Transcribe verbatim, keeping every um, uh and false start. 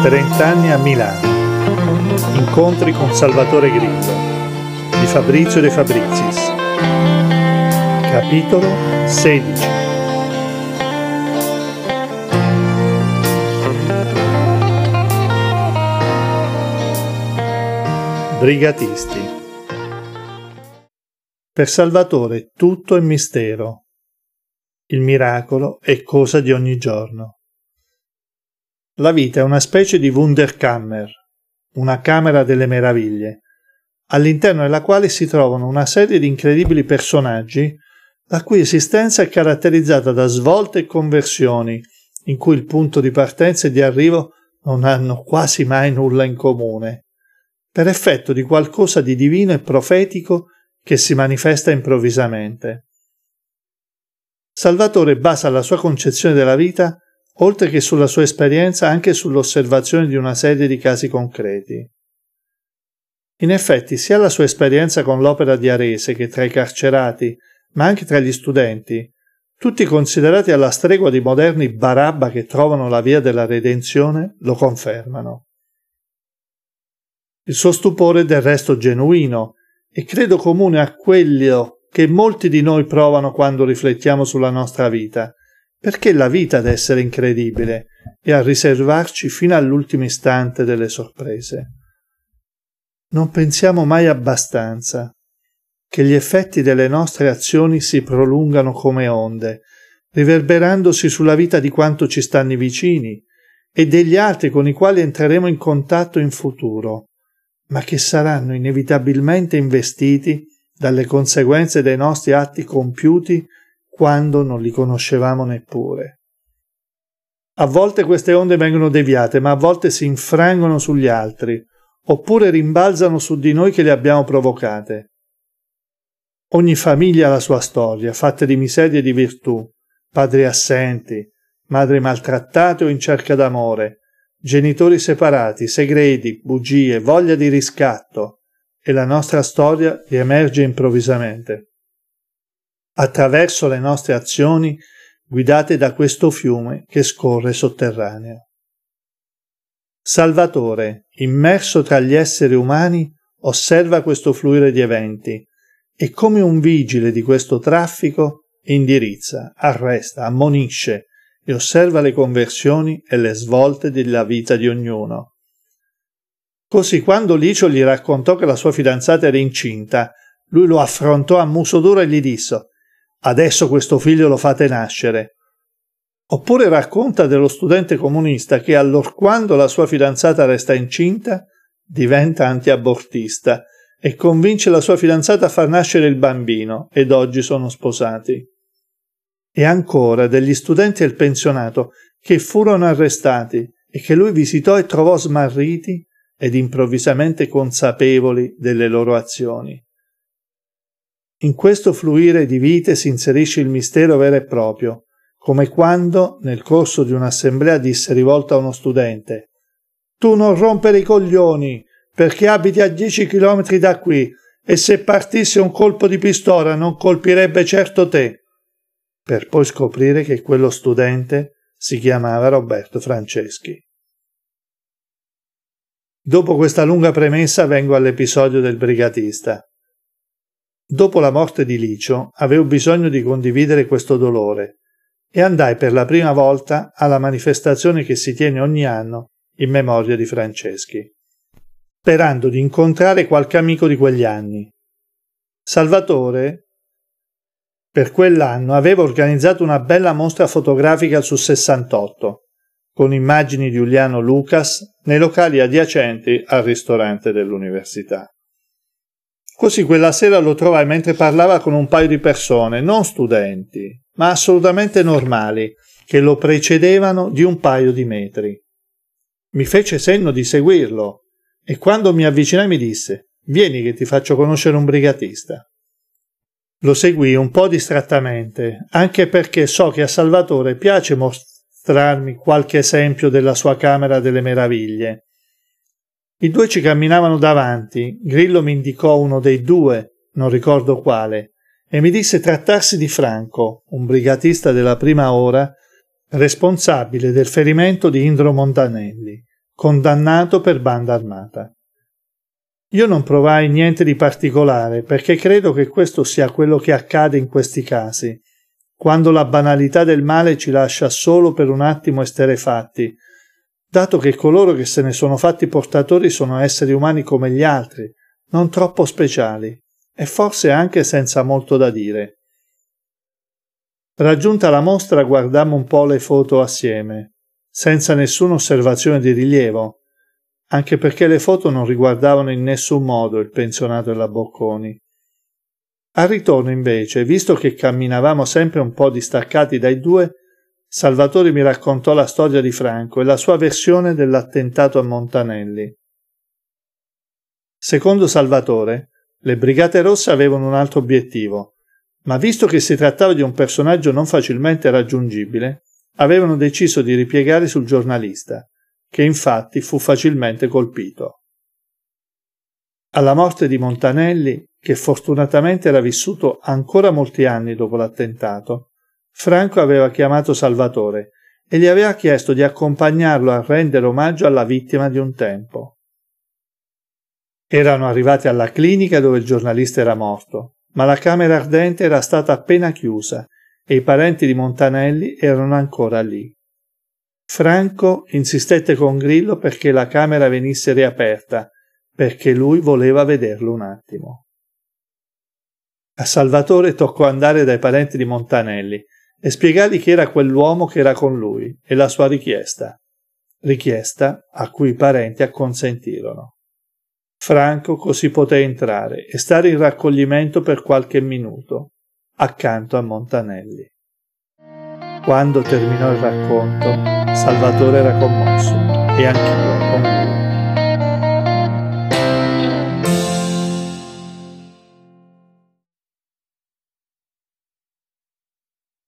trenta anni a Milano. Incontri con Salvatore Grillo di Fabrizio De Fabrizis. Capitolo sedici. Brigatisti. Per Salvatore tutto è mistero. Il miracolo è cosa di ogni giorno. La vita è una specie di Wunderkammer, una camera delle meraviglie, all'interno della quale si trovano una serie di incredibili personaggi la cui esistenza è caratterizzata da svolte e conversioni, in cui il punto di partenza e di arrivo non hanno quasi mai nulla in comune, per effetto di qualcosa di divino e profetico che si manifesta improvvisamente. Salvatore basa la sua concezione della vita, oltre che sulla sua esperienza, anche sull'osservazione di una serie di casi concreti. In effetti, sia la sua esperienza con l'opera di Arese che tra i carcerati, ma anche tra gli studenti, tutti considerati alla stregua di moderni Barabba che trovano la via della redenzione, lo confermano. Il suo stupore è del resto genuino e credo comune a quello che molti di noi provano quando riflettiamo sulla nostra vita, perché la vita deve essere incredibile e a riservarci fino all'ultimo istante delle sorprese. Non pensiamo mai abbastanza che gli effetti delle nostre azioni si prolungano come onde, riverberandosi sulla vita di quanto ci stanno vicini e degli altri con i quali entreremo in contatto in futuro, ma che saranno inevitabilmente investiti dalle conseguenze dei nostri atti compiuti quando non li conoscevamo neppure. A volte queste onde vengono deviate, ma a volte si infrangono sugli altri, oppure rimbalzano su di noi che le abbiamo provocate. Ogni famiglia ha la sua storia, fatta di miserie e di virtù, padri assenti, madri maltrattate o in cerca d'amore, genitori separati, segreti, bugie, voglia di riscatto, e la nostra storia riemerge improvvisamente, attraverso le nostre azioni guidate da questo fiume che scorre sotterraneo. Salvatore, immerso tra gli esseri umani, osserva questo fluire di eventi e come un vigile di questo traffico indirizza, arresta, ammonisce e osserva le conversioni e le svolte della vita di ognuno. Così quando Licio gli raccontò che la sua fidanzata era incinta, lui lo affrontò a muso duro e gli disse: «Adesso questo figlio lo fate nascere». Oppure racconta dello studente comunista che allorquando la sua fidanzata resta incinta diventa antiabortista e convince la sua fidanzata a far nascere il bambino ed oggi sono sposati. E ancora degli studenti del pensionato che furono arrestati e che lui visitò e trovò smarriti ed improvvisamente consapevoli delle loro azioni. In questo fluire di vite si inserisce il mistero vero e proprio, come quando, nel corso di un'assemblea, disse rivolto a uno studente: «Tu non rompere i coglioni, perché abiti a dieci chilometri da qui e se partisse un colpo di pistola non colpirebbe certo te», per poi scoprire che quello studente si chiamava Roberto Franceschi. Dopo questa lunga premessa vengo all'episodio del brigatista. Dopo la morte di Licio avevo bisogno di condividere questo dolore e andai per la prima volta alla manifestazione che si tiene ogni anno in memoria di Franceschi, sperando di incontrare qualche amico di quegli anni. Salvatore, per quell'anno, aveva organizzato una bella mostra fotografica su sessantotto, con immagini di Giuliano Lucas nei locali adiacenti al ristorante dell'università. Così quella sera lo trovai mentre parlava con un paio di persone, non studenti, ma assolutamente normali, che lo precedevano di un paio di metri. Mi fece cenno di seguirlo e quando mi avvicinai mi disse: «Vieni che ti faccio conoscere un brigatista». Lo seguii un po' distrattamente, anche perché so che a Salvatore piace mostrarmi qualche esempio della sua camera delle meraviglie. I due ci camminavano davanti, Grillo mi indicò uno dei due, non ricordo quale, e mi disse trattarsi di Franco, un brigatista della prima ora, responsabile del ferimento di Indro Montanelli, condannato per banda armata. Io non provai niente di particolare, perché credo che questo sia quello che accade in questi casi, quando la banalità del male ci lascia solo per un attimo esterrefatti, dato che coloro che se ne sono fatti portatori sono esseri umani come gli altri, non troppo speciali, e forse anche senza molto da dire. Raggiunta la mostra guardammo un po' le foto assieme, senza nessuna osservazione di rilievo, anche perché le foto non riguardavano in nessun modo il pensionato della Bocconi. Al ritorno, invece, visto che camminavamo sempre un po' distaccati dai due, Salvatore mi raccontò la storia di Franco e la sua versione dell'attentato a Montanelli. Secondo Salvatore, le Brigate Rosse avevano un altro obiettivo, ma visto che si trattava di un personaggio non facilmente raggiungibile, avevano deciso di ripiegare sul giornalista, che infatti fu facilmente colpito. Alla morte di Montanelli, che fortunatamente era vissuto ancora molti anni dopo l'attentato, Franco aveva chiamato Salvatore e gli aveva chiesto di accompagnarlo a rendere omaggio alla vittima di un tempo. Erano arrivati alla clinica dove il giornalista era morto, ma la camera ardente era stata appena chiusa e i parenti di Montanelli erano ancora lì. Franco insistette con Grillo perché la camera venisse riaperta, perché lui voleva vederlo un attimo. A Salvatore toccò andare dai parenti di Montanelli e spiegargli chi era quell'uomo che era con lui e la sua richiesta, richiesta a cui i parenti acconsentirono. Franco così poté entrare e stare in raccoglimento per qualche minuto, accanto a Montanelli. Quando terminò il racconto, Salvatore era commosso e anch'io con